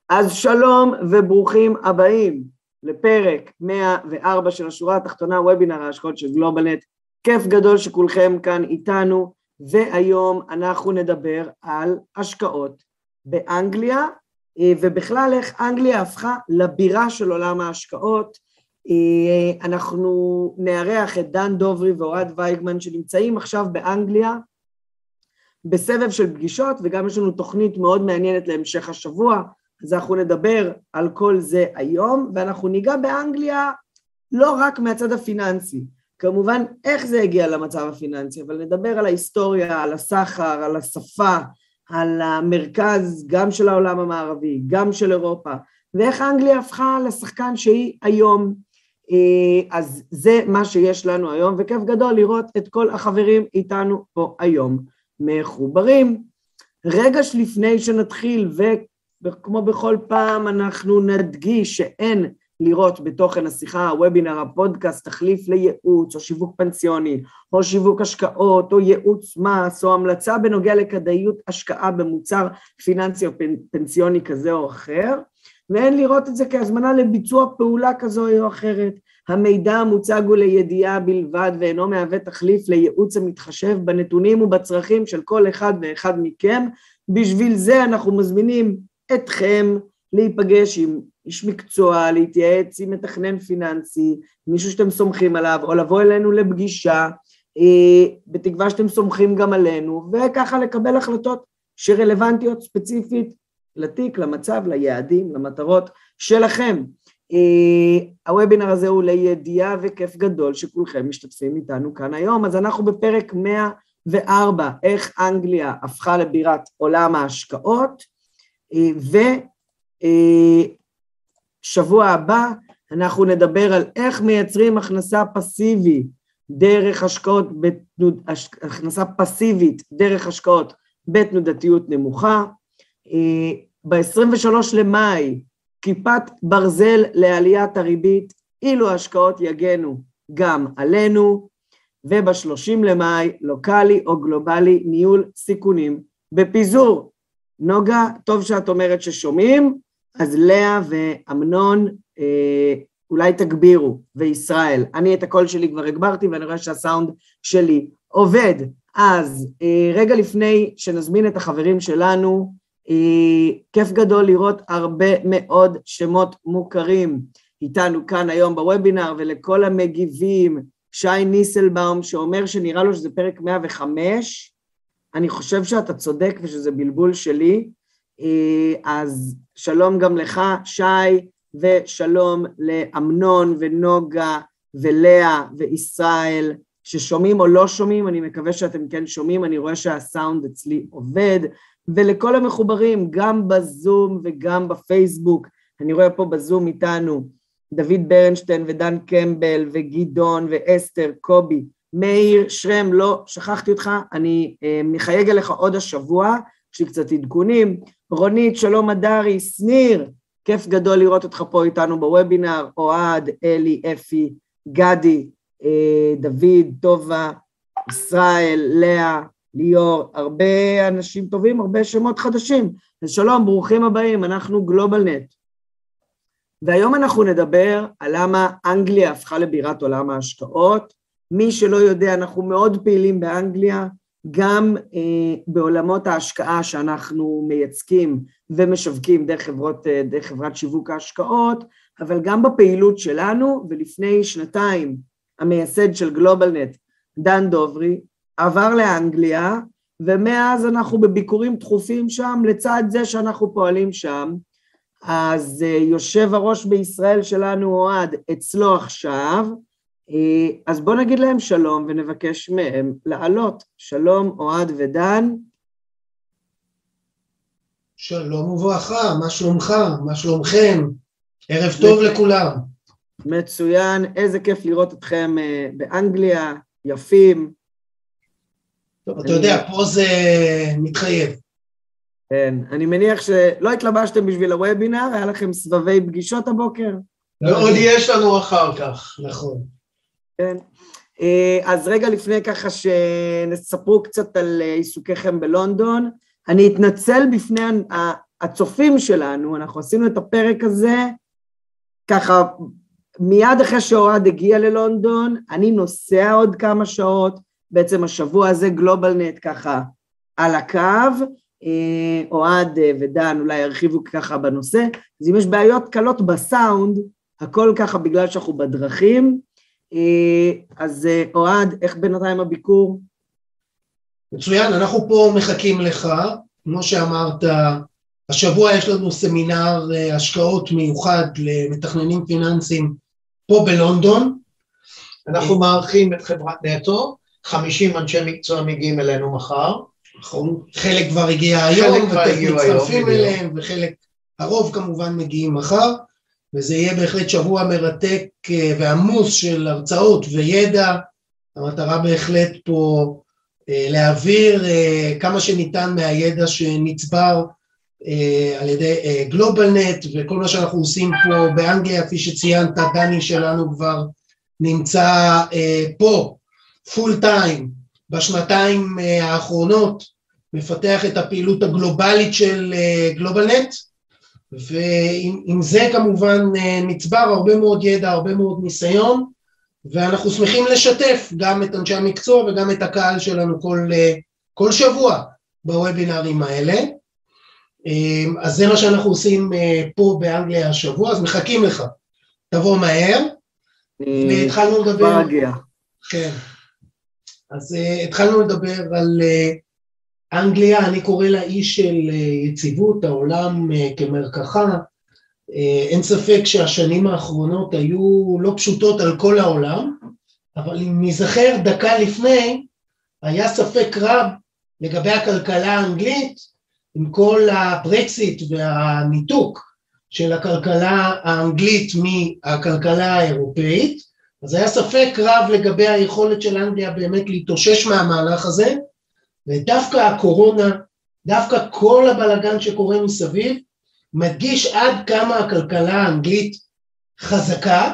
אז שלום וברוכים הבאים לפרק 104 של השורה התחתונה, וובינר ההשקעות של גלובלנט. כיף גדול שכולכם כאן איתנו, והיום אנחנו נדבר על השקעות באנגליה, ובכלל איך אנגליה הפכה לבירה של עולם ההשקעות. אנחנו נארח את דן דוברי ואוהד וייגמן שנמצאים עכשיו באנגליה, בסבב של פגישות, וגם יש לנו תוכנית מאוד מעניינת להמשך השבוע, אז אנחנו נדבר על כל זה היום, ואנחנו ניגע באנגליה לא רק מהצד הפיננסי, כמובן איך זה הגיע למצב הפיננסי, אבל נדבר על ההיסטוריה, על הסחר, על השפה, על המרכז גם של העולם המערבי, גם של אירופה, ואיך אנגליה הפכה לשחקן שהיא היום. אז זה מה שיש לנו היום, וכיף גדול לראות את כל החברים איתנו פה היום מחוברים. רגע לפני שנתחיל, וכמו בכל פעם אנחנו נדגיש שאין לראות בתוכן השיחה, הוובינר, הפודקאסט, תחליף לייעוץ או שיווק פנסיוני, או שיווק השקעות, או ייעוץ מס, או המלצה בנוגע לכדאיות השקעה במוצר פיננסי או פנסיוני כזה או אחר, ואין לראות את זה כהזמנה לביצוע פעולה כזו או אחרת. המידע המוצג הוא לידיעה בלבד, ואינו מהווה תחליף לייעוץ המתחשב בנתונים ובצרכים של כל אחד ואחד מכם. בשביל זה אנחנו מזמינים אתכם להיפגש עם איש מקצוע, להתייעץ עם מתכנן פיננסי, מישהו שאתם סומכים עליו, או לבוא אלינו לפגישה, בתקווה שאתם סומכים גם עלינו, וככה לקבל החלטות שרלוונטיות ספציפית לתיק, למצב, ליעדים, למטרות שלכם. הוובינר הזה הוא לידיעה וכיף גדול שכולכם משתתפים איתנו כאן היום. אז אנחנו בפרק 104, איך אנגליה הפכה לבירת עולם ההשקעות, ושבוע הבא אנחנו נדבר על איך מייצרים הכנסה פסיבית דרך השקעות, הכנסה פסיבית דרך השקעות בתנודתיות נמוכה. ב-23 למאי, כיפת ברזל לעליית הריבית, אילו ההשקעות יגנו גם עלינו, וב-30 למאי, לוקלי או גלובלי, ניהול סיכונים בפיזור. נוגה, טוב שאת אומרת ששומעים, אז לאה ואמנון אולי תגבירו, וישראל. אני את הקול שלי כבר הגברתי, ואני רואה שהסאונד שלי עובד. אז רגע לפני שנזמין את החברים שלנו, כיף גדול לראות הרבה מאוד שמות מוכרים איתנו כאן היום בוובינר, ולכל המגיבים, שי ניסלבאום שאומר שנראה לו שזה פרק 105, אני חושב שאתה צודק ושזה בלבול שלי, אז שלום גם לך שי, ושלום לאמנון ונוגה ולאה וישראל, ששומעים או לא שומעים, אני מקווה שאתם כן שומעים, אני רואה שהסאונד אצלי עובד, ולכל המחוברים, גם בזום וגם בפייסבוק, אני רואה פה בזום איתנו, דוד ברנשטיין ודן קמבל וגידון ואסתר, קובי, מאיר, שרם, לא שכחתי אותך, אני מחייג אליך עוד השבוע, יש לי קצת עדכונים, רונית, שלום אדרי, snיר, כיף גדול לראות אותך פה איתנו בוובינר, אוהד, אלי, אפי, גדי, דוד, טובה, ישראל, לאה, ליאור, הרבה אנשים טובים, הרבה שמות חדשים, אז שלום, ברוכים הבאים, אנחנו גלובלנט, והיום אנחנו נדבר על למה אנגליה הפכה לבירת עולם ההשקעות. מי שלא יודע, אנחנו מאוד פעילים באנגליה, גם בעולמות ההשקעה שאנחנו מייצקים ומשווקים דרך חברת שיווק ההשקעות, אבל גם בפעילות שלנו, ולפני שנתיים המייסד של גלובלנט, דן דוברי, עבר לאנגליה, ומאז אנחנו בביקורים תכופים שם, לצד זה שאנחנו פועלים שם, אז יושב הראש בישראל שלנו אוהד אצלו עכשיו, אז בוא נגיד להם שלום ונבקש מהם לעלות. שלום אוהד ודן. שלום וברכה, מה שלומך? מה שלומכם? ערב טוב לכולם. מצוין, איזה כיף לראות אתכם באנגליה, יפים. טוב, אתה יודע, פה זה מתחייב. כן, אני מניח שלא התלבשתם בשביל הוובינר, היה לכם סבבי פגישות הבוקר? ועוד יש לנו אחר כך, נכון. כן, אז רגע לפני ככה שנספרו קצת על עיסוקיכם בלונדון, אני אתנצל בפני הצופים שלנו, אנחנו עשינו את הפרק הזה, ככה, מיד אחרי שאוהד הגיע ללונדון, אני נוסע עוד כמה שעות, בעצם השבוע הזה גלובלנט ככה על הקו, אוהד ודן אולי ירחיבו ככה בנושא, אז אם יש בעיות קלות בסאונד, הכל ככה בגלל שאנחנו בדרכים, אז אוהד, איך בינתיים הביקור? מצוין, אנחנו פה מחכים לך, כמו שאמרת, השבוע יש לנו סמינר השקעות מיוחד למתכננים פיננסיים פה בלונדון. אנחנו מארחים את חברת נטו, 50 אנשי מקצוע מגיעים אלינו מחר. נכון, חלק כבר הגיע היום, ואתם מצטרפים אליהם, וחלק, הרוב כמובן מגיעים מחר, וזה יהיה בהחלט שבוע מרתק ועמוס של הרצאות וידע. המטרה בהחלט פה להעביר כמה שניתן מהידע שנצבר על ידי גלובלנט, וכל מה שאנחנו עושים פה באנגליה, כפי שציינת, דני שלנו כבר נמצא פה פול טיים בשנתיים האחרונות, מפתח את הפעילות הגלובלית של גלובלנט, ועם זה כמובן נצבר הרבה מאוד ידע, הרבה מאוד ניסיון, ואנחנו שמחים לשתף גם את אנשי המקצוע וגם את הקהל שלנו כל שבוע בוובינרים האלה. אז זה מה שאנחנו עושים פה באנגליה השבוע, אז מחכים לך, תבוא מהר, והתחלנו לדבר, כן, אז התחלנו לדבר על אנגליה, אני קורא לה אי של יציבות, העולם כמרקחה, אין ספק שהשנים האחרונות היו לא פשוטות על כל העולם, אבל אם נזכר דקה לפני, היה ספק רב לגבי הכלכלה האנגלית, עם כל הברקסיט והניתוק של הכלכלה האנגלית מהכלכלה האירופאית, אז היה ספק רב לגבי היכולת של אנגליה באמת להתאושש מהמהלך הזה, ודווקא הקורונה, דווקא כל הבלגן שקורה מסביב, מדגיש עד כמה הכלכלה האנגלית חזקה,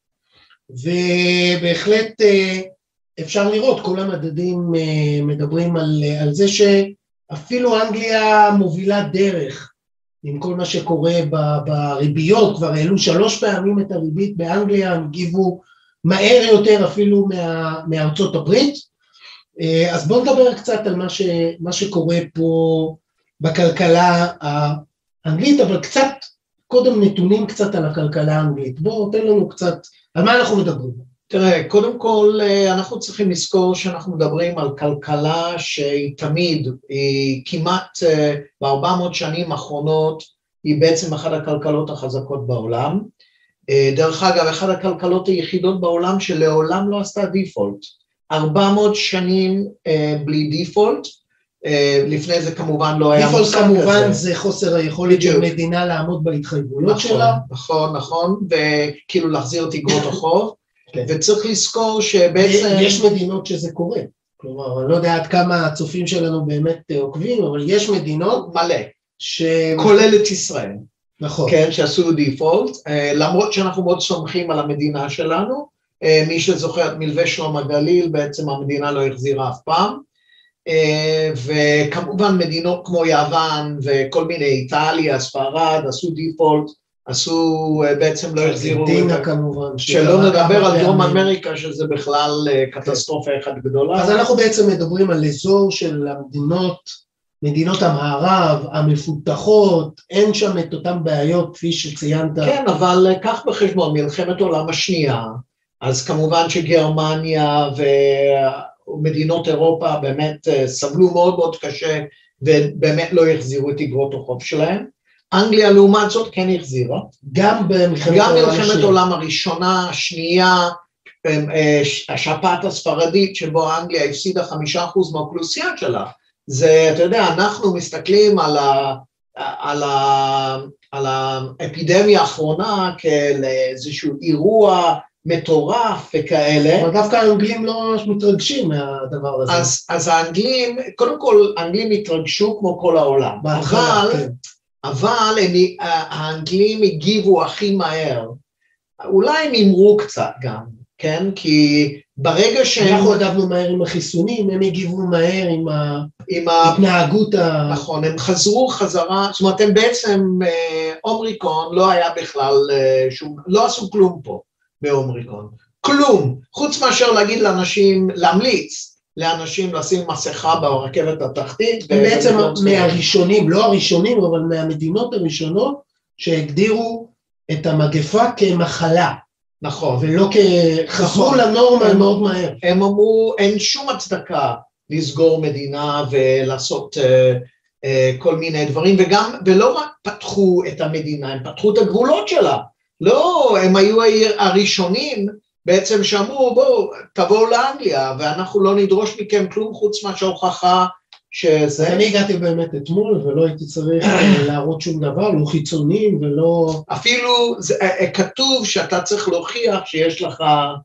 ובהחלט אפשר לראות, כל המדדים מדברים על זה שאפילו אנגליה מובילה דרך, עם כל מה שקורה בריביות, כבר העלו 3 פעמים את הריבית באנגליה, הם הגיבו מהר יותר אפילו מארצות הברית. אז בואו נדבר קצת על מה שקורה פה בכלכלה האנגלית, אבל קצת קודם נתונים קצת על הכלכלה האנגלית. בואו תן לנו קצת, על מה אנחנו מדברים? תראה, קודם כל אנחנו צריכים לזכור שאנחנו מדברים על כלכלה שהיא תמיד, היא כמעט ב-400 שנים האחרונות, היא בעצם אחת הכלכלות החזקות בעולם. דרך אגב, אחת הכלכלות היחידות בעולם שלעולם לא עשתה דיפולט. 400 שנים בלי דיפולט, לפני זה כמובן לא היה מושג כזה. דיפולט כמובן זה חוסר היכולת של מדינה לעמוד בהתחייבויות שלה. נכון, וכאילו להחזיר את אגרות החוב, וצריך לזכור שבעצם... יש מדינות שזה קורה, כלומר, אני לא יודע עד כמה הצופים שלנו באמת עוקבים, אבל יש מדינות מלא, כולל את ישראל. נכון. כן, שעשו דיפולט, למרות שאנחנו מאוד סומכים על המדינה שלנו, מי שזוכר את מלווה שלום הגליל, בעצם המדינה לא החזירה אף פעם, וכמובן מדינות כמו יוון וכל מיני, איטליה, ספרד, עשו דיפולט, בעצם לא החזירו, כמובן, שלא נדבר על דרום אמריקה, שזה בכלל קטסטרופה אחת גדולה. אז אנחנו בעצם מדברים על אזור של מדינות המערב, המפותחות, אין שם את אותן בעיות כפי שציינת. כן, אבל כך בחשבון, מלחמת העולם השנייה, אז כמובן שגרמניה ומדינות אירופה באמת סבלו מאוד מאוד קשה, ובאמת לא החזירו את אגרות החוב שלהם. אנגליה לעומת זאת כן החזירה. גם במלחמת העולם הראשונה, השנייה, השפעת הספרדית, שבו אנגליה הפסידה 5% מהאוכלוסייה שלה. זה, אתה יודע, אנחנו מסתכלים על האפידמיה האחרונה כאל איזשהו אירוע מטורף וכאלה. אבל דווקא האנגלים לא מתרגשים מהדבר הזה. אז האנגלים, קודם כל, האנגלים התרגשו כמו כל העולם. אבל האנגלים הגיבו הכי מהר. אולי הם אמרו קצת גם, כן? כי ברגע שהם... אנחנו הגבנו מהר עם החיסונים, הם הגיבו מהר עם ההתנהגות נכון, הם חזרו חזרה, זאת אומרת, הם בעצם, אומריקון לא היה בכלל שום, לא עשו כלום פה באומריקון, כלום, חוץ מאשר להגיד לאנשים, להמליץ לאנשים לשים מסכה ברכבת התחתית. בעצם מהראשונים, לא הראשונים, אבל מהמדינות הראשונות שהגדירו את המגפה כמחלה. נכון. ולא כחזרו לנורמה מאוד מהר. הם אמרו, אין שום הצדקה לסגור מדינה ולעשות כל מיני דברים, ולא רק פתחו את המדינה, הם פתחו את הגבולות שלה. לא, הם היו הראשונים בעצם שאמרו, בואו, תבואו לאנגליה, ואנחנו לא נדרוש מכם כלום חוץ מההוכחה שזה... אני הגעתי באמת אתמול, ולא הייתי צריך להראות שום דבר, לא חיצונים ולא... אפילו כתוב שאתה צריך להוכיח שיש לך,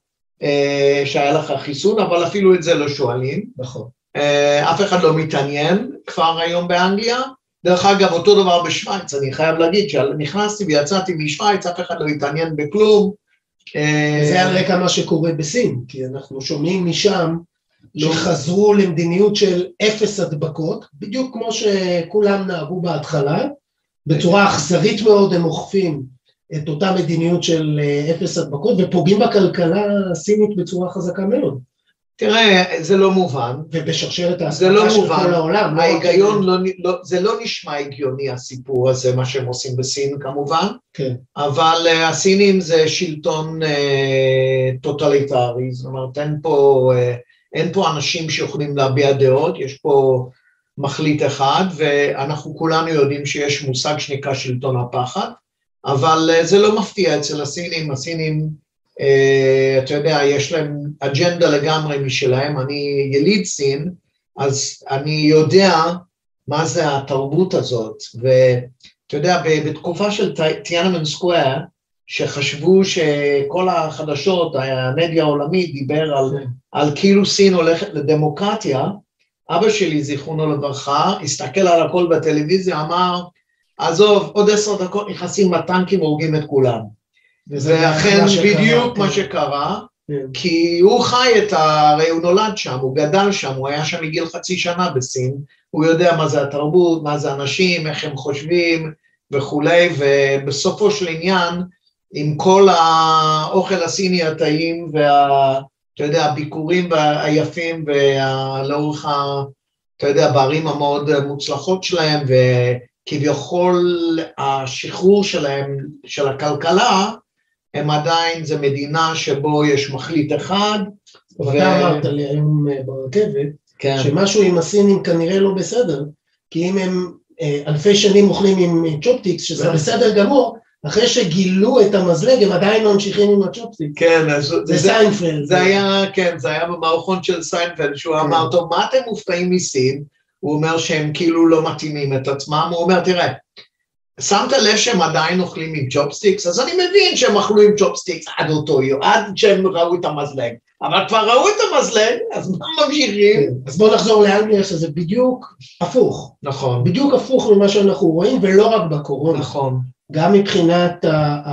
שהיה לך חיסון, אבל אפילו את זה לא שואלים. נכון. אף אחד לא מתעניין כבר היום באנגליה. דרך אגב, אותו דבר בשוויץ, אני חייב להגיד שנכנסתי ויצאתי משוויץ, אף אחד לא התעניין בכלום. וזה על רקע מה שקורה בסין, כי אנחנו שומעים משם שחזרו למדיניות של 0 הדבקות, בדיוק כמו שכולם נהגו בהתחלה, בצורה אכזרית מאוד הם אוכפים את אותה מדיניות של 0 הדבקות, ופוגעים בכלכלה הסינית בצורה חזקה מאוד. תראה, זה לא מובן. ובשרשרת ההספקה של כל העולם. ההיגיון זה לא נשמע הגיוני הסיפור הזה, מה שהם עושים בסין כמובן, כן. אבל הסינים זה שלטון טוטליטרי, זאת אומרת אין פה אנשים שיכולים להביע דעות, יש פה מחליט אחד, ואנחנו כולנו יודעים שיש מושג שנקרא שלטון הפחד, אבל זה לא מפתיע אצל הסינים, אתה יודע, יש להם אג'נדה לגמרי משלהם, אני יליד סין, אז אני יודע מה זה התרבות הזאת, ואתה יודע, בתקופה של טיאננמן סקוואר, שחשבו שכל החדשות, המדיה העולמית דיבר על כאילו סין הולכת לדמוקרטיה, אבא שלי, זיכרונו לברכה, הסתכל על הכל בטלוויזיה, אמר, עזוב, עוד 10 דקות נכנסים לטנקים, הורגים את כולם. ואכן בדיוק מה שקרה, כי הוא חי הרי הוא נולד שם, הוא גדל שם, הוא היה שם מגיל 0.5 שנה בסין, הוא יודע מה זה התרבות, מה זה אנשים, איך הם חושבים וכולי, ובסופו של עניין, עם כל האוכל הסיני הטעים, אתה יודע, הביקורים היפים, ולאורך, אתה יודע, בערים המאוד מוצלחות שלהם, וכביכול השחרור שלהם, של הכלכלה, הם עדיין, זה מדינה שבו יש מחליט אחד. ואתה אמרת לי היום ברכבת, כן. שמשהו עם הסינים כנראה לא בסדר, כי אם הם אלפי שנים אוכלים עם צ'ופטיקס, שזה בסדר גמור, אחרי שגילו את המזלג, הם עדיין ממשיכים עם הצ'ופסטיק. כן, אז זה סיינפלד. זה היה, כן, זה היה במערכון של סיינפלד, שהוא אמר, טוב, מה אתם מופתעים מסין? הוא אומר שהם כאילו לא מתאימים את עצמם, הוא אומר, תראה, שמת לב שהם עדיין אוכלים עם צ'ופסטיקס? אז אני מבין שהם אכלו עם צ'ופסטיקס עד אותו יום, עד שהם ראו את המזלג. אבל כבר ראו את המזלג, אז מה ממשיכים? אז בואו נחזור לאנגליה, שזה בדיוק הפוך. נכון. בדיוק הפוך ממה שאנחנו רואים, ולא רק בקורונה. נכון. גם מבחינת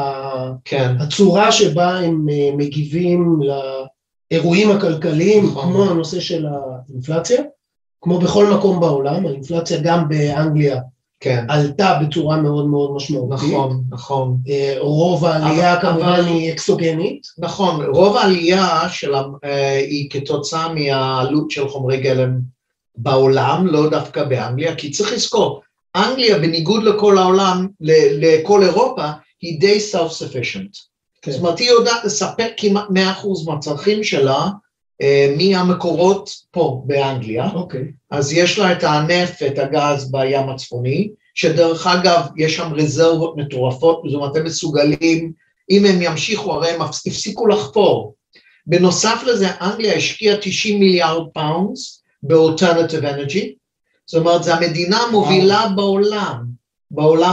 הצורה שבה הם מגיבים לאירועים הכלכליים, כמו הנושא של האינפלציה, כמו בכל מקום בעולם, האינפלציה גם באנגליה עלתה בצורה מאוד מאוד משמעותית. נכון, נכון. רוב העלייה כמובן היא אקסוגנית. נכון, רוב העלייה היא כתוצאה מהעלות של חומרי גלם בעולם, לא דווקא באנגליה, כי צריך לזכור, אנגליה, בניגוד לכל העולם, לכל אירופה, היא די self-sufficient. זאת אומרת, היא יודעת לספק כמעט 100% מהצרכים שלה, מהמקורות פה באנגליה. אז יש לה את הנפט ואת הגז בים הצפוני, שדרך אגב, יש שם רזרבות מטורפות, זאת אומרת, הם מסוגלים, אם הם ימשיכו, הרי הם הפסיקו לחפור. בנוסף לזה, אנגליה השקיעה 90 מיליארד פאונדס ב-alternative energy, זאת אומרת, זו המדינה המובילה בעולם,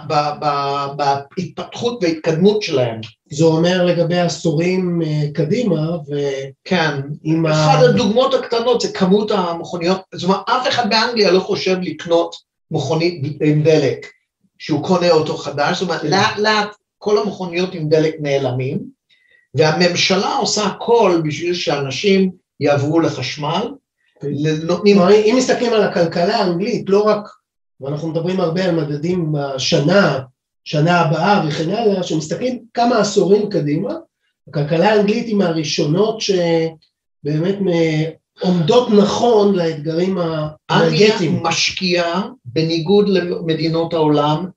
בהתפתחות והתקדמות שלהם. זה אומר לגבי עשורים קדימה, כן, אחת הדוגמאות הקטנות זה כמות המכוניות, זאת אומרת, אף אחד באנגליה לא חושב לקנות מכונית עם דלק, שהוא קונה אותו חדש, זאת אומרת, לאט לאט כל המכוניות עם דלק נעלמים, והממשלה עושה הכל בשביל שאנשים יעברו לחשמל, נותנים... אם מסתכלים על הכלכלה האנגלית, לא רק, ואנחנו מדברים הרבה על מדדים שנה הבאה וכן הלאה, שמסתכלים כמה עשורים קדימה, הכלכלה האנגלית היא מהראשונות שבאמת עומדות נכון לאתגרים האנרגטיים. אנגליה משקיעה בניגוד למדינות העולם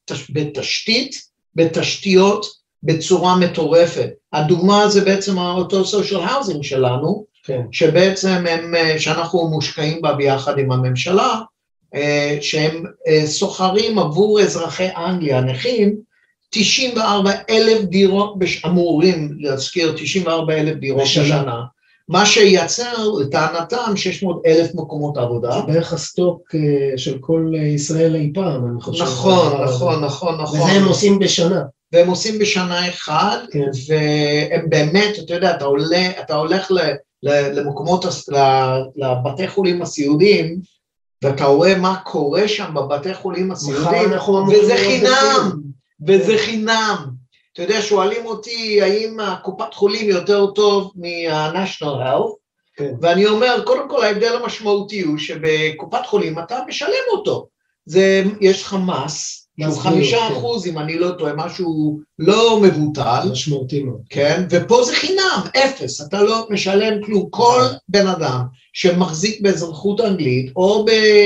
בתשתיות בצורה מטורפת. הדוגמה זה בעצם אותו social housing שלנו, כן. שבעצם שאנחנו מושקעים בה ביחד עם הממשלה, שהם סוחרים עבור אזרחי אנגליה, נכים, 94,000 דירות, אמורים להזכיר 94,000 דירות בשנה, מה שייצר לטענתם 600,000 מקומות עבודה. זה בערך הסטוק של כל ישראל אי פעם, אני חושב. נכון. וזה הם עושים בשנה. והם עושים בשנה אחד, כן. והם באמת, אתה יודע, אתה הולך למקומות, לבתי חולים הסיעודיים, ואתה רואה מה קורה שם בבתי חולים הסיעודיים, וזה חינם. אתה יודע, שואלים אותי, האם הקופת חולים יותר טוב מה-National Health, כן. ואני אומר, קודם כל, ההבדל המשמעותי הוא שבקופת חולים אתה משלם אותו. יש לך מס, שהוא 5%, אם אני לא טועה, משהו לא מבוטל. משמעותי מאוד. כן, ופה זה חינם, 0, אתה לא משלם כלום. כל בן אדם שמחזיק באזרחות אנגלית, או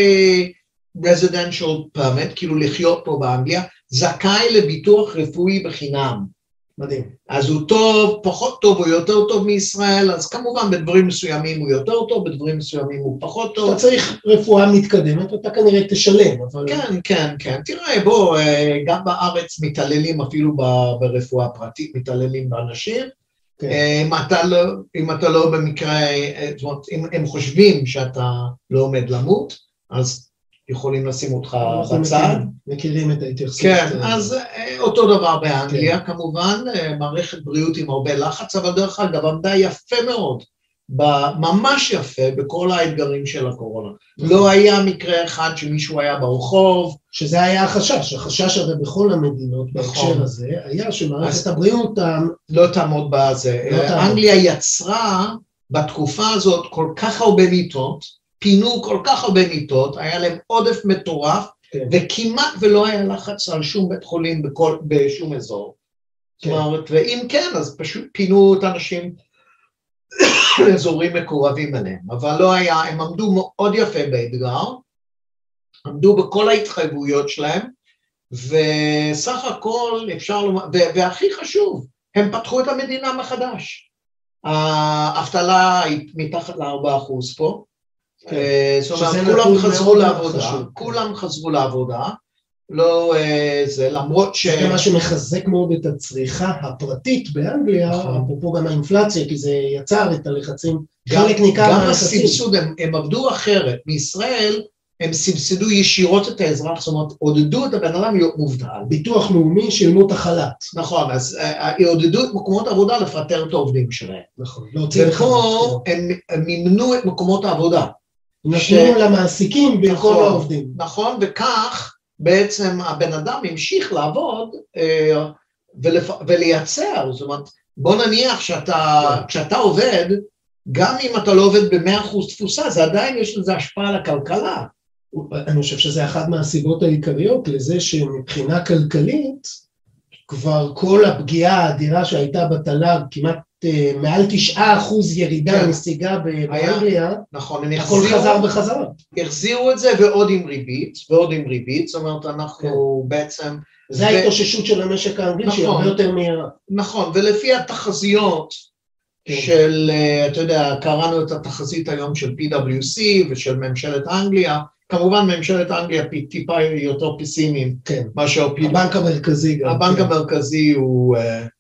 ב-residential permit, כאילו לחיות פה באנגליה, זכאי לביטוח רפואי בחינם. מדהים. אז הוא טוב, פחות טוב, הוא יותר טוב מישראל, אז כמובן בדברים מסוימים הוא יותר טוב, בדברים מסוימים הוא פחות טוב. אתה צריך רפואה מתקדמת, אתה כנראה תשלם. אבל... כן. תראה, בוא, גם בארץ מתעללים אפילו ברפואה פרטית, מתעללים באנשים. כן. אם אתה לא במקרה, זאת אומרת, אם הם חושבים שאתה לא עומד למות, אז יכולים לשים אותך בצד. מכירים את ההתייחסות. כן, אז אותו דבר באנגליה, כמובן, מערכת בריאות עם הרבה לחץ, אבל דרך אגב, עמדה יפה מאוד, ממש יפה, בכל האתגרים של הקורונה. לא היה מקרה אחד שמישהו היה ברחוב. שזה היה החשש הרי בכל המדינות בהקשר הזה, היה שמערכת הבריאות לא תעמוד בזה. אנגליה יצרה בתקופה הזאת כל כך הרבה מיטות, פינו כל כך הרבה מיטות, היה להם עודף מטורף, כן. וכמעט ולא היה לחץ על שום בית חולים בשום אזור. כן. זאת אומרת, ואם כן, אז פשוט פינו את האנשים לאזורים מקורבים אליהם, אבל לא היה, הם עמדו מאוד יפה באתגר, עמדו בכל ההתחייבויות שלהם, וסך הכל אפשר לומר, והכי חשוב, הם פתחו את המדינה מחדש. האבטלה היא מתחת ל4% פה, זאת אומרת, כולם חזרו לעבודה, לא זה, למרות זה גם מה שמחזק מאוד את הצריכה הפרטית באנגליה, אפרופו גם האינפלציה, כי זה יצר את הלחצים, חלק ניכר גם הסבסוד, הם עבדו אחרת, מישראל הם סבסדו ישירות את האזרח, זאת אומרת, עודדו את הבן אדם להיות מובטל. ביטוח לאומי שילמו את החל"ת. נכון, אז עודדו את מקומות העבודה לפטר את העובדים שלהם. נכון. ופה הם מימנו את מקומות העבודה. נתנו למעסיקים בכל העובדים. נכון, וכך בעצם הבן אדם המשיך לעבוד ולייצר, זאת אומרת, בוא נניח כשאתה עובד, גם אם אתה לא עובד ב100% תפוסה, זה עדיין יש לזה השפעה על הכלכלה. אני חושב שזה אחת מהסיבות העיקריות לזה שמבחינה כלכלית, כבר כל הפגיעה האדירה שהייתה בתל"ג, כמעט מעל 9% ירידה נסיגה באנגליה, נכון, הכל חזר בחזרה. החזירו את זה ועוד עם ריבית, זאת אומרת אנחנו בעצם... זה ההתאוששות של המשק האנגלי, שהיא הרבה יותר מהירה. נכון, ולפי התחזיות של, אתה יודע, קראנו את התחזית היום של PwC ושל ממשלת אנגליה, כמובן ממשלת אנגליה טיפה יותר פיסימיים, הבנק המרכזי גם. הבנק המרכזי הוא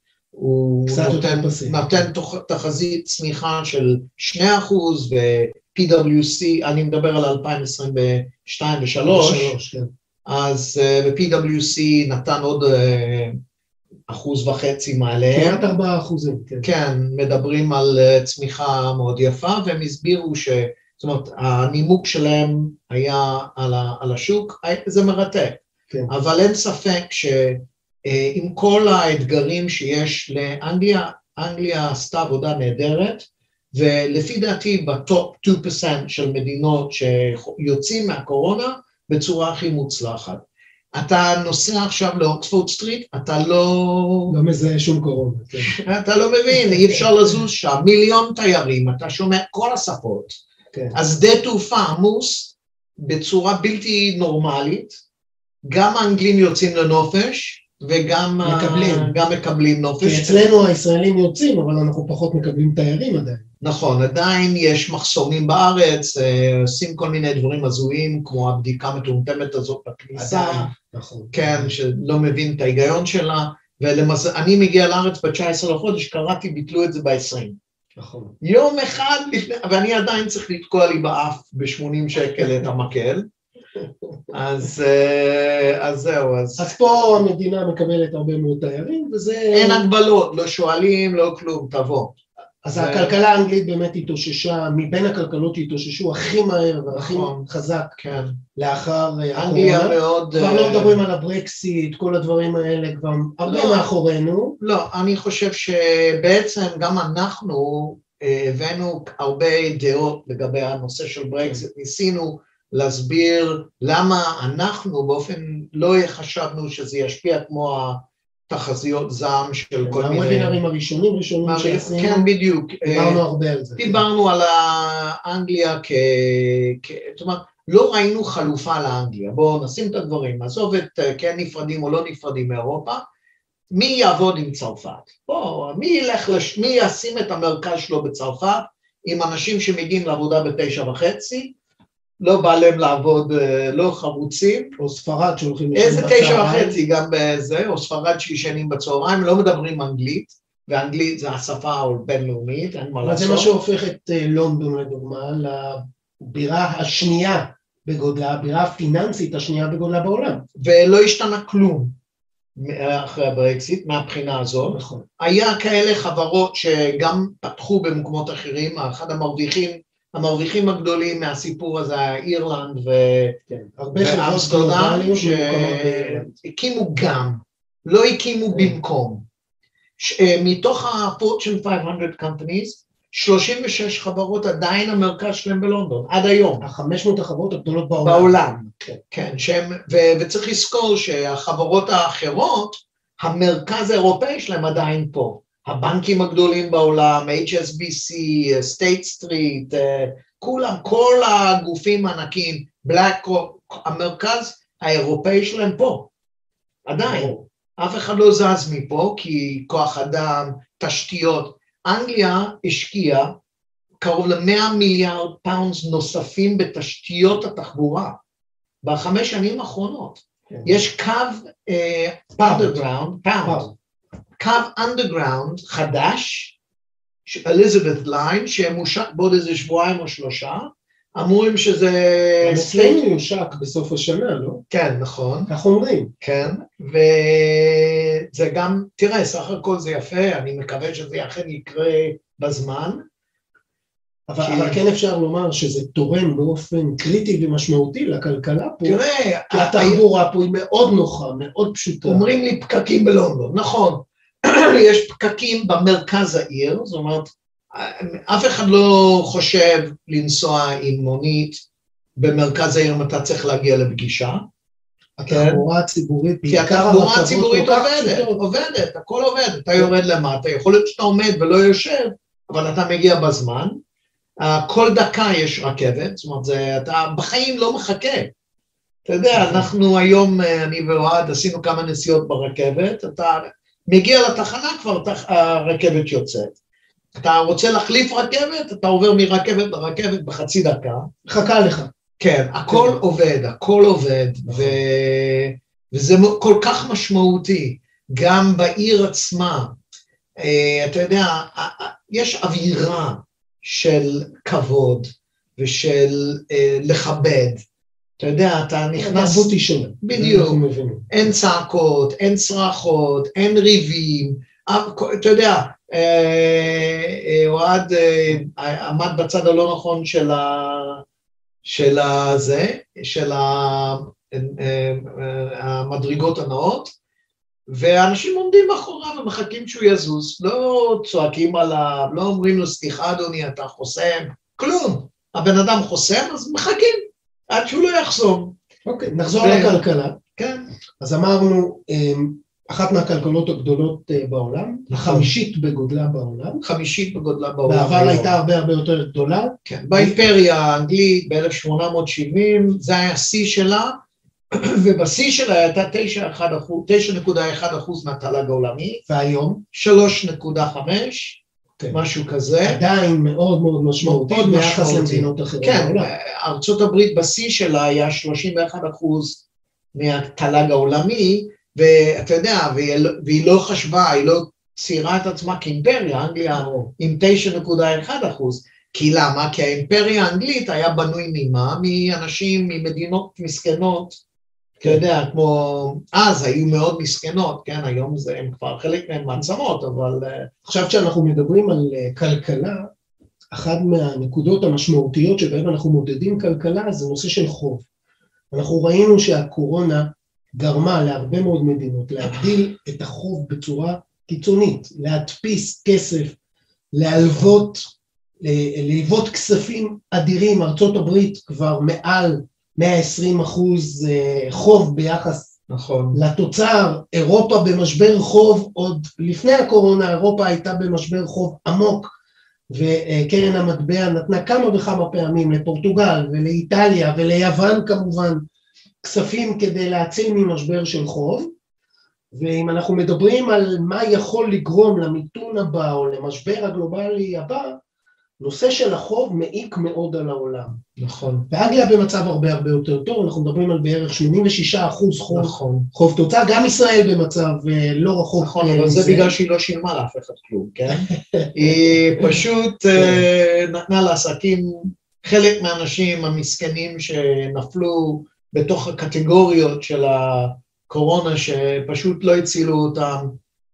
נותן תחזית צמיחה של 2%, ו-PwC, אני מדבר על 2022 ו-3, אז ב-PwC נתן עוד 1.5% מעליהם. כמעט 4%. כן, מדברים על צמיחה מאוד יפה, והם הסבירו זאת אומרת, הנימוק שלהם היה על השוק, זה מרתק. אבל אין ספק שעם כל האתגרים שיש לאנגליה, אנגליה עשתה עבודה נהדרת, ולפי דעתי בטופ 2% של מדינות שיוצאים מהקורונה בצורה הכי מוצלחת. אתה נוסע עכשיו לאוקספורד סטריט, אתה לא מזהה שום קורונה. כן. אתה לא מבין, אי אפשר לזוז שם, מיליון תיירים, אתה שומע כל השפות. כן. אז שדה תעופה עמוס בצורה בלתי נורמלית, גם האנגלים יוצאים לנופש, וגם מקבלים נופש. כי אצלנו הישראלים יוצאים, אבל אנחנו פחות מקבלים תיירים עדיין. נכון, עדיין יש מחסומים בארץ, עושים כל מיני דברים הזויים, כמו הבדיקה המטומטמת הזאת בכניסה, נכון. כן, שלא מבין את ההיגיון שלה, ואני מגיע לארץ ב-19 לחודש, קראתי, ביטלו את זה ב-20. נכון. יום אחד, ואני עדיין צריך לתקוע לי באף ב-80 שקל את המקל, אז זהו, אז פה המדינה מקבלת הרבה מאוד תיירים, וזה... אין הגבלות, לא שואלים, לא כלום, תבוא. אז הכלכלה האנגלית באמת התאוששה, מבין הכלכלות התאוששו הכי מהר והכי חזק לאחר אנגליה מאוד... כבר לא מדברים על הברקסיט, כל הדברים האלה כבר הרבה מאחורינו. לא, אני חושב שבעצם גם אנחנו הבאנו הרבה דעות לגבי הנושא של ברקסיט, ניסינו להסביר למה אנחנו באופן לא חשבנו שזה ישפיע כמו תחזיות זעם של כל מיני... הוובינרים הראשונים שעשינו. כן, בדיוק. דיברנו הרבה על זה. דיברנו על האנגליה זאת אומרת, לא ראינו חלופה לאנגליה. בואו נשים את הדברים. עזוב את כן נפרדים או לא נפרדים מאירופה. מי יעבוד עם צרפת? בואו, מי ישים את המרכז שלו בצרפת עם אנשים שמגיעים לעבודה ב9:30, לא בא להם לעבוד, לא חרוצים. או ספרד שהולכים... איזה 9:30 גם בזה, או ספרד שישנים בצהריים, לא מדברים אנגלית, ואנגלית זה השפה הבינלאומית, אין מה לעשות. זה מה שהופך את לונדון לדוגמה, לבירה השנייה בגודלה, הבירה הפיננסית השנייה בגודלה בעולם. ולא השתנה כלום אחרי הברקסיט, מהבחינה הזאת. נכון. היה כאלה חברות שגם פתחו במקומות אחרים, אחד המרוויחים הגדולים מהסיפור הזה, אירלנד ואמסטרדם, שהקימו גם, לא הקימו במקום. מתוך ה-Fortune 500 companies, 36 חברות עדיין המרכז שלהם בלונדון, עד היום. 500 החברות הגדולות בעולם. כן, וצריך לזכור שהחברות האחרות, המרכז האירופאי שלהם עדיין פה. הבנקים הגדולים בעולם, HSBC, State Street, כולם, כל הגופים הענקיים, BlackRock, המרכז האירופאי שלהם פה, עדיין. אף אחד לא זז מפה, כי כוח אדם, תשתיות. אנגליה השקיעה קרוב ל$100 מיליארד נוספים בתשתיות התחבורה, ב5 שנים האחרונות. יש קו אנדרגראונד חדש, אליזבת ליין, שמושק בעוד איזה 2 או 3 שבועות, אמורים שזה... המסלם יושק בסוף השנה, לא? כן, נכון. כך אומרים. כן, וזה גם, תראה, סך הכל זה יפה, אני מקווה שזה אכן יקרה בזמן. אבל כן אפשר לומר שזה תורם באופן קריטי ומשמעותי לכלכלה פה. תראה, כי התחבורה פה היא מאוד נוחה, מאוד פשוטה. אומרים לי פקקים בלונדון, נכון. יש פקקים במרכז העיר, זאת אומרת, אף אחד לא חושב לנסוע עם מונית במרכז העיר אם אתה צריך להגיע לפגישה. התחבורה הציבורית, כי התחבורה הציבורית עובדת, הכל עובד, אתה יורד למטה, יכול להיות שאתה עומד ולא יושב, אבל אתה מגיע בזמן, כל דקה יש רכבת, זאת אומרת, אתה בחיים לא מחכה. אתה יודע, אנחנו היום, אני ואוהד, עשינו כמה נסיעות ברכבת, אתה מגיע לתחנה כבר, הרכבת יוצאת. אתה רוצה להחליף רכבת, אתה עובר מרכבת לרכבת בחצי דקה. חכה לך. כן, הכל עובד, וזה כל כך משמעותי, גם בעיר עצמה. אתה יודע, יש אווירה של כבוד ושל לכבד. אתה יודע, אתה נכנס... התרבות היא שונה. בדיוק. אין צעקות, אין צרחות, אין ריבים. אתה יודע, אוהד עמד בצד הלא נכון של המדרגות הנאות, ואנשים עומדים מאחוריו ומחכים שהוא יזוז, לא צועקים עליו, לא אומרים לו, סליחה אדוני, אתה חוסם, כלום. הבן אדם חוסם, אז מחכים עד שהוא לא יחסום. אוקיי, נחזור לכלכלה. כן. אז אמרנו, אחת מהכלכלות הגדולות בעולם, החמישית בגודלה בעולם. חמישית בגודלה בעולם. בעבר הייתה הרבה יותר גדולה. כן, באימפריה האנגלית ב-1870, זה היה השיא שלה, ובשיא שלה הייתה 9.1% מהתל"ג העולמי. והיום? 3.5, משהו כזה. עדיין מאוד מאוד משמעותי ביחס למדינות אחרות. כן, ארצות הברית בשיא שלה היה 31% מהתל"ג העולמי, ואתה יודע, והיא לא חשבה, היא לא ציירה את עצמה כאימפריה, אנגליה עם 9.1%. כי למה? כי האימפריה האנגלית היה בנוי ממה? מאנשים, ממדינות מסכנות, אתה יודע, כמו אז היו מאוד מסכנות, כן, היום הם כבר חלק מהם מעצמות, אבל עכשיו כשאנחנו מדברים על כלכלה, אחת מהנקודות המשמעותיות שבהן אנחנו מודדים כלכלה זה נושא של חוב. אנחנו ראינו שהקורונה גרמה להרבה מאוד מדינות להגדיל את החוב בצורה קיצונית, להדפיס כסף, ללוות כספים אדירים. ארצות הברית כבר מעל 120% חוב ביחס נכון. לתוצר. אירופה במשבר חוב, עוד לפני הקורונה אירופה הייתה במשבר חוב עמוק, וקרן המטבע נתנה כמה וכמה פעמים לפורטוגל ולאיטליה וליוון כמובן כספים כדי להציל ממשבר של חוב. ואם אנחנו מדברים על מה יכול לגרום למיתון הבא או למשבר הגלובלי הבא, נושא של החוב מעיק מאוד על העולם. נכון. באנגליה במצב הרבה יותר טוב, אנחנו מדברים על בערך 86% חוב, נכון. חוב תוצר, גם ישראל במצב לא רחוק. נכון, אבל זה בגלל שהיא לא שילמה לאף אחד כלום, כן? היא פשוט נתנה לעסקים, חלק מהאנשים המסכנים שנפלו בתוך הקטגוריות של הקורונה, שפשוט לא הצילו אותם,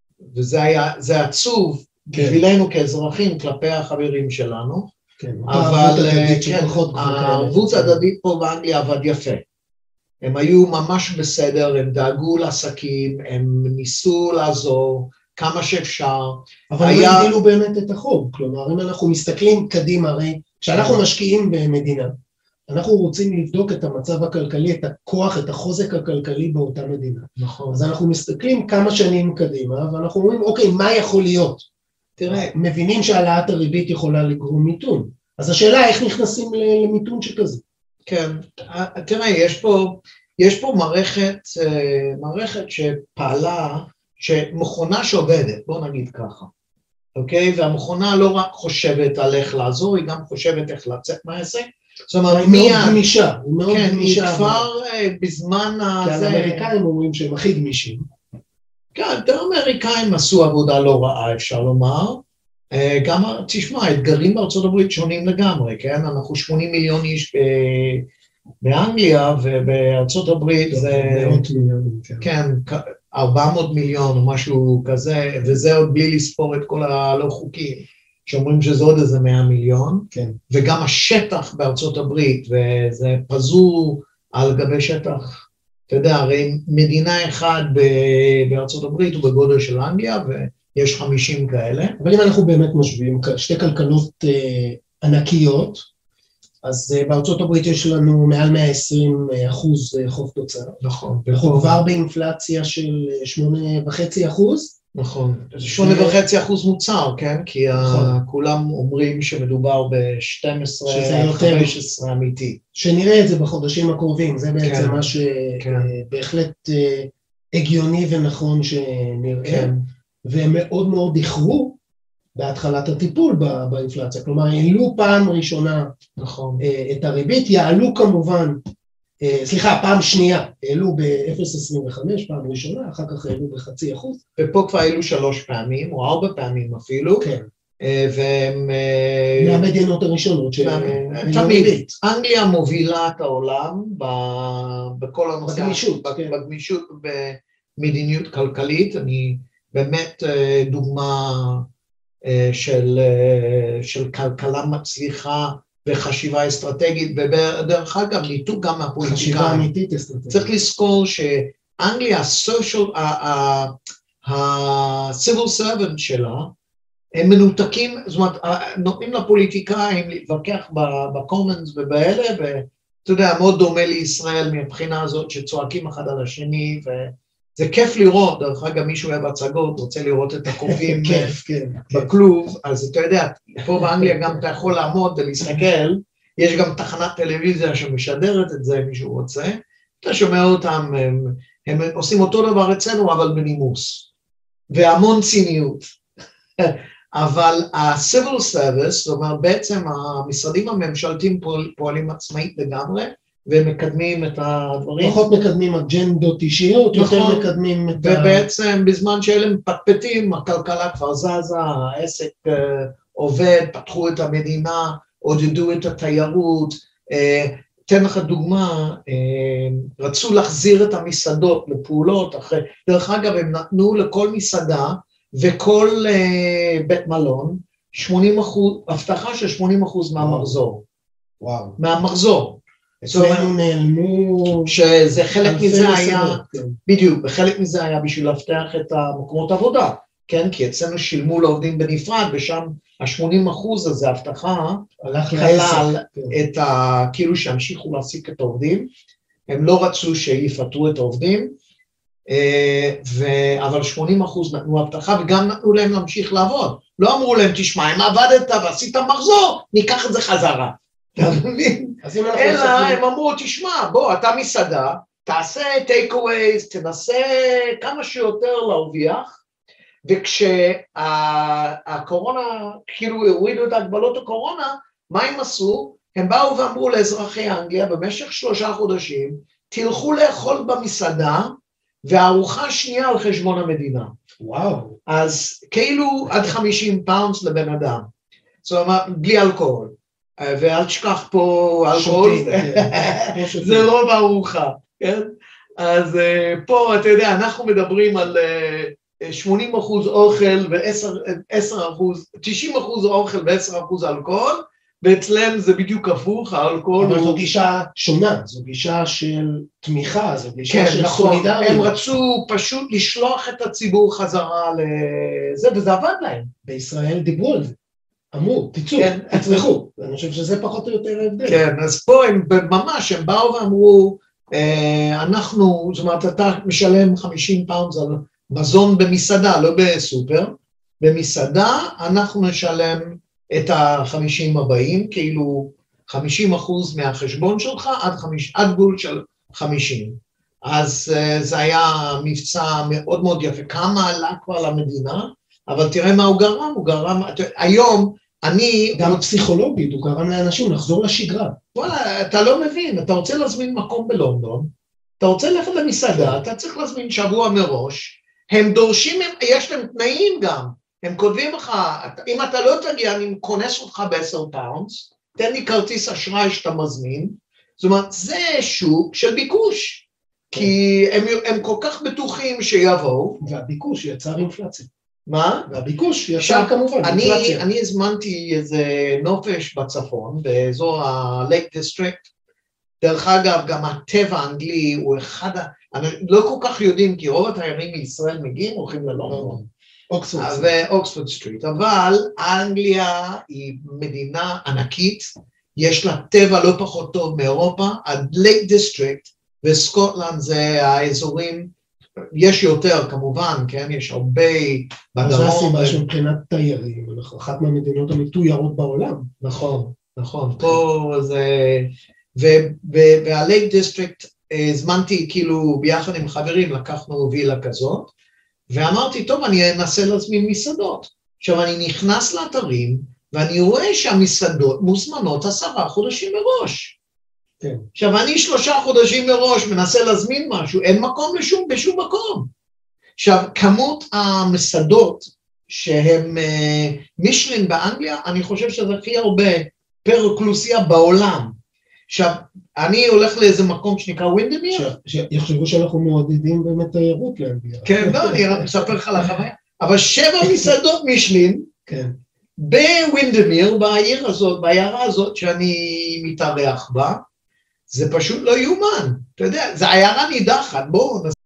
וזה עצוב, בשבילנו כאזרחים כלפי החברים שלנו, אבל הערבות הדדית פה באנגליה עבד יפה. הם היו ממש בסדר, הם דאגו לעסקים, הם ניסו לעזור כמה שאפשר. אבל לא הגדילו באמת את החוב, כלומר אם אנחנו מסתכלים קדימה, הרי כשאנחנו משקיעים במדינה, אנחנו רוצים לבדוק את המצב הכלכלי, את הכוח, את החוזק הכלכלי באותה מדינה. נכון. אז אנחנו מסתכלים כמה שנים קדימה, ואנחנו אומרים, אוקיי, מה יכול להיות? תראה, מבינים שהעלאת הריבית יכולה לגרום מיתון. אז השאלה איך נכנסים למיתון שכזה? כן, תראה, יש פה מערכת שפעלה, שמכונה שעובדת, בוא נגיד ככה, אוקיי? והמכונה לא רק חושבת על איך לעזור, היא גם חושבת איך לצאת מהעסק. זאת אומרת, היא מאוד גמישה, היא מאוד גמישה. כן, היא כבר בזמן הזה... כי האמריקאים אומרים שהם הכי גמישים. כן, האמריקאים עשו עבודה לא רעה, אפשר לומר. גם, תשמע, האתגרים בארצות הברית שונים לגמרי, כן? אנחנו 80 מיליון איש באנגליה, ובארצות הברית זה... 400 מיליון. כן, 400 מיליון או משהו כזה, וזה עוד בלי לספור את כל הלא חוקים, שאומרים שזה עוד איזה 100 מיליון. כן. וגם השטח בארצות הברית, וזה פזור על גבי שטח. אתה יודע, הרי מדינה אחת בארצות הברית הוא בגודל של אנגליה, ויש 50 כאלה. אבל אם אנחנו באמת משווים שתי כלכלות ענקיות, אז בארצות הברית יש לנו מעל 120% חוב תוצר. נכון. אנחנו כבר באינפלציה של 8.5%. נכון. 8.5% מוצר, כן? כי כולם אומרים שמדובר ב-12-15 אמיתי. שנראה את זה בחודשים הקרובים, זה בעצם מה שבהחלט הגיוני ונכון שנראה, והם מאוד מאוד איחרו בהתחלת הטיפול באינפלציה, כלומר העלו פעם ראשונה את הריבית, יעלו כמובן, פעם שנייה, העלו ב-0.25, פעם ראשונה, אחר כך העלו ב0.5%. ופה כבר העלו 3 פעמים, או 4 פעמים אפילו. כן. והם... מהמדינות הראשונות תמיד, אנגליה מובילה את העולם בכל הנושא. בגמישות במדיניות כלכלית. אני באמת דוגמה של כלכלה מצליחה, וחשיבה אסטרטגית, ובדרך אגב, ניתוק גם מהפוליטיקאים. חשיבה אמיתית אסטרטגית. צריך לזכור אנגליה, ה-civil servant שלה, הם מנותקים, זאת אומרת, נותנים לפוליטיקאים להתווכח בקומנס ובאלה, ואתה יודע, מאוד דומה לישראל מבחינה הזאת שצועקים אחד על השני, וזה כיף לראות, דרך אגב מישהו היה בהצגות, רוצה לראות את הקופים בכלוב, אז אתה יודע, פה באנגליה גם אתה יכול לעמוד ולהסתכל, יש גם תחנת טלוויזיה שמשדרת את זה, מישהו רוצה, אתה שומע אותם, הם עושים אותו דבר אצלנו, אבל בנימוס, והמון ציניות. אבל ה-civil service, זאת אומרת, בעצם המשרדים הממשלתיים פועלים עצמאית לגמרי, והם מקדמים את הדברים. פחות מקדמים אג'נדות אישיות, יותר מקדמים את ובעצם בזמן שאלה מפטפטים, הכלכלה כבר זזה, העסק עובד, פתחו את המדינה, עודדו את התיירות, תן לך דוגמה, רצו להחזיר את המסעדות לפעולות, דרך אגב הם נתנו לכל מסעדה, וכל בית מלון, 80%, הבטחה של 80% מהמחזור. וואו. מהמחזור. אצלנו נעלמו... שזה חלק מזה היה, בדיוק, וחלק מזה היה בשביל להבטח את המקומות עבודה, כן? כי אצלנו שילמו לעובדים בנפרד, ושם ה-80% הזה, הבטחה, כלל את כאילו שהמשיכו להעסיק את העובדים, הם לא רצו שיפטרו את העובדים, אבל 80% נתנו הבטחה, וגם נתנו להם להמשיך לעבוד. לא אמרו להם, תשמע, אם עבדת ועשית מחזור, ניקח את זה חזרה. אתה מבין? אלא הם אמרו, תשמע, בוא, אתה מסעדה, תעשה take aways, תנסה כמה שיותר להרוויח, וכשהקורונה, כאילו הורידו את הגבלות הקורונה, מה הם עשו? הם באו ואמרו לאזרחי אנגליה, במשך 3 חודשים, תלכו לאכול במסעדה, והארוחה שנייה על חשבון המדינה. וואו. אז כאילו עד 50 פאונדס לבן אדם. זאת אומרת, בלי אלכוהול. ואל תשכח פה אלכוהול, זה רוב הארוחה. כן? אז פה, אתה יודע, אנחנו מדברים על 80% אוכל ו10%, 90% אוכל ו10% אלכוהול, ואצלם זה בדיוק הפוך, האלכוהול אבל זו גישה שונה, זו גישה של תמיכה, זו גישה של סולידריות. הם רצו פשוט לשלוח את הציבור חזרה לזה, וזה עבד להם. בישראל דיברו על זה, אמרו, תצרכו, ואני חושב שזה פחות או יותר ההבדל. כן, אז פה הם ממש, הם באו ואמרו, אנחנו, זאת אומרת, אתה משלם 50 פאונד על מזון במסעדה, לא בסופר, במסעדה אנחנו נשלם את ה-50 הבאים, כאילו 50% מהחשבון שלך עד גבול של 50. אז זה היה מבצע מאוד מאוד יפה, כמה עלה כבר למדינה, אבל תראה מה הוא גרם, היום אני... גם פסיכולוגית, הוא גרם לאנשים לחזור לשגרה. וואלה, אתה לא מבין, אתה רוצה להזמין מקום בלונדון, אתה רוצה ללכת למסעדה, אתה צריך להזמין שבוע מראש, הם דורשים, יש להם תנאים גם, הם כותבים לך, אם אתה לא תגיע, אני כונס אותך ב10 פאונדס, תן לי כרטיס אשראי שאתה מזמין, זאת אומרת, זה שוק של ביקוש, כי הם כל כך בטוחים שיבואו. והביקוש יצר אינפלציה. מה? והביקוש יצר כמובן אינפלציה. אני הזמנתי איזה נופש בצפון, באזור ה-Lake District, דרך אגב, גם הטבע האנגלי הוא אחד, לא כל כך יודעים, כי רוב התיירים מישראל מגיעים, הולכים ללונדון. אוקספורד סטריט, אבל אנגליה היא מדינה ענקית, יש לה טבע לא פחות טוב מאירופה, ה-Lake District וסקוטלנד זה האזורים, יש יותר כמובן, כן, יש הרבה בדרום. זו הסיבה שמבחינת תיירים, אנחנו אחת מהמדינות המתוירות בעולם. נכון, נכון, פה זה, וה-Lake District הזמנתי כאילו ביחד עם חברים, לקחנו וילה כזאת, ואמרתי, טוב, אני אנסה להזמין מסעדות. עכשיו, אני נכנס לאתרים, ואני רואה שהמסעדות מוזמנות 10 חודשים מראש. כן. עכשיו, אני 3 חודשים מראש מנסה להזמין משהו, אין מקום בשום מקום. עכשיו, כמות המסעדות שהם מישלין באנגליה, אני חושב שזה הכי הרבה פר אוכלוסייה בעולם. עכשיו, אני הולך לאיזה מקום שנקרא ווינדמיר. יחשבו שאנחנו מעודדים באמת תיירות לאנגליה. כן, לא, אני אספר לך על החוויה. אבל 7 מסעדות מישלין, כן. בווינדמיר, בעיר הזאת, בעיירה הזאת שאני מתארח בה, זה פשוט לא יאומן. אתה יודע, זה עיירה נידחת, בואו